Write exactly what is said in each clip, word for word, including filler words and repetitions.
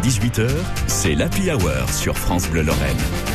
dix-huit heures, c'est l'Happy Hour sur France Bleu Lorraine.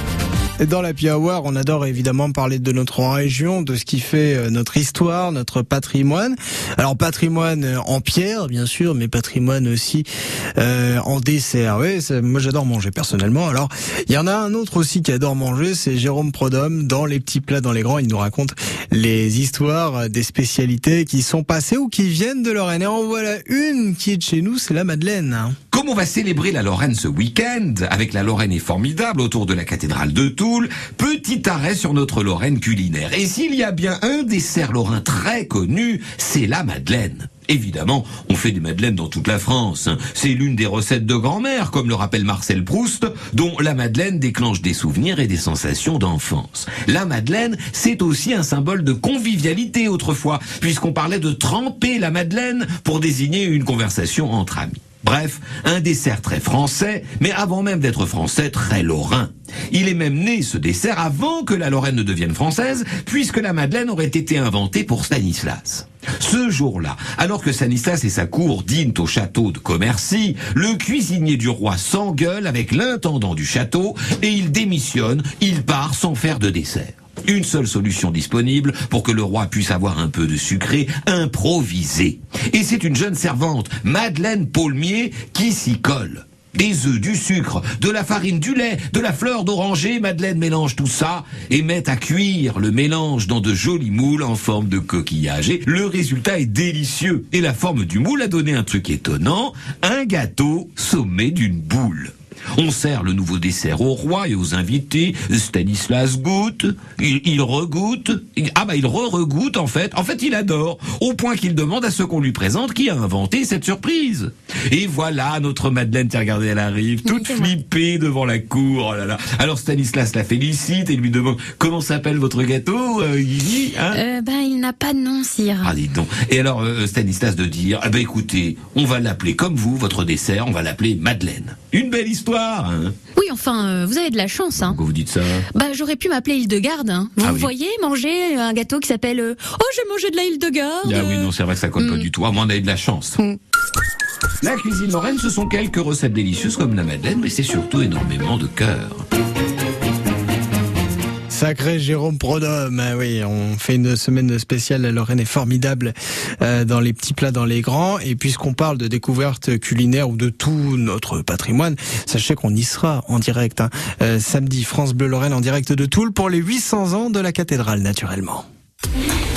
Dans l'Happy Hour, on adore évidemment parler de notre région, de ce qui fait notre histoire, notre patrimoine. Alors patrimoine en pierre, bien sûr, mais patrimoine aussi euh, en dessert. Oui, moi j'adore manger personnellement. Alors il y en a un autre aussi qui adore manger, c'est Jérôme Prodhomme. Dans Les Petits Plats dans les Grands, il nous raconte les histoires des spécialités qui sont passées ou qui viennent de Lorraine. Et en voilà une qui est de chez nous, c'est la Madeleine. Comme on va célébrer la Lorraine ce week-end, avec la Lorraine est formidable autour de la cathédrale de Toul, petit arrêt sur notre Lorraine culinaire. Et s'il y a bien un dessert lorrain très connu, c'est la Madeleine. Évidemment, on fait des madeleines dans toute la France. C'est l'une des recettes de grand-mère, comme le rappelle Marcel Proust, dont la Madeleine déclenche des souvenirs et des sensations d'enfance. La Madeleine, c'est aussi un symbole de convivialité autrefois, puisqu'on parlait de tremper la Madeleine pour désigner une conversation entre amis. Bref, un dessert très français, mais avant même d'être français, très lorrain. Il est même né, ce dessert, avant que la Lorraine ne devienne française, puisque la Madeleine aurait été inventée pour Stanislas. Ce jour-là, alors que Stanislas et sa cour dînent au château de Commercy, le cuisinier du roi s'engueule avec l'intendant du château et il démissionne, il part sans faire de dessert. Une seule solution disponible pour que le roi puisse avoir un peu de sucré, improviser. Et c'est une jeune servante, Madeleine Paulmier, qui s'y colle. Des œufs, du sucre, de la farine, du lait, de la fleur d'oranger, Madeleine mélange tout ça et met à cuire le mélange dans de jolis moules en forme de coquillage. Et le résultat est délicieux. Et la forme du moule a donné un truc étonnant, un gâteau sommé d'une boule. On sert le nouveau dessert au roi et aux invités. Stanislas goûte, il, il regoute, il, ah bah il re-regoute en fait. En fait, il adore, au point qu'il demande à ceux qu'on lui présente qui a inventé cette surprise. Et voilà notre Madeleine, tiens, regardez, elle arrive, toute flippée devant la cour. Oh là là. Alors Stanislas la félicite et lui demande comment s'appelle votre gâteau, euh, Guigui, hein euh, Ben il n'a pas de nom, sire. Ah dis donc. Et alors euh, Stanislas de dire, ah ben écoutez, on va l'appeler comme vous, votre dessert, on va l'appeler Madeleine. Une belle histoire. Hein. Oui, enfin, euh, vous avez de la chance. Hein. Pourquoi vous dites ça? Bah, j'aurais pu m'appeler Hildegarde. Hein. Vous ah, oui. voyez manger un gâteau qui s'appelle euh, Oh, j'ai mangé de la Hildegarde. Ah oui, non, c'est vrai que ça colle mmh. pas du tout. À moins d'avoir de la chance. Mmh. La cuisine lorraine, ce sont quelques recettes délicieuses comme la Madeleine, mais c'est surtout énormément de cœur. Sacré Jérôme Prodhomme, ah oui, on fait une semaine spéciale, la Lorraine est formidable euh, dans les petits plats dans les grands, et puisqu'on parle de découverte culinaire ou de tout notre patrimoine, sachez qu'on y sera en direct, hein, euh, samedi, France Bleu Lorraine en direct de Toul pour les huit cents ans de la cathédrale naturellement.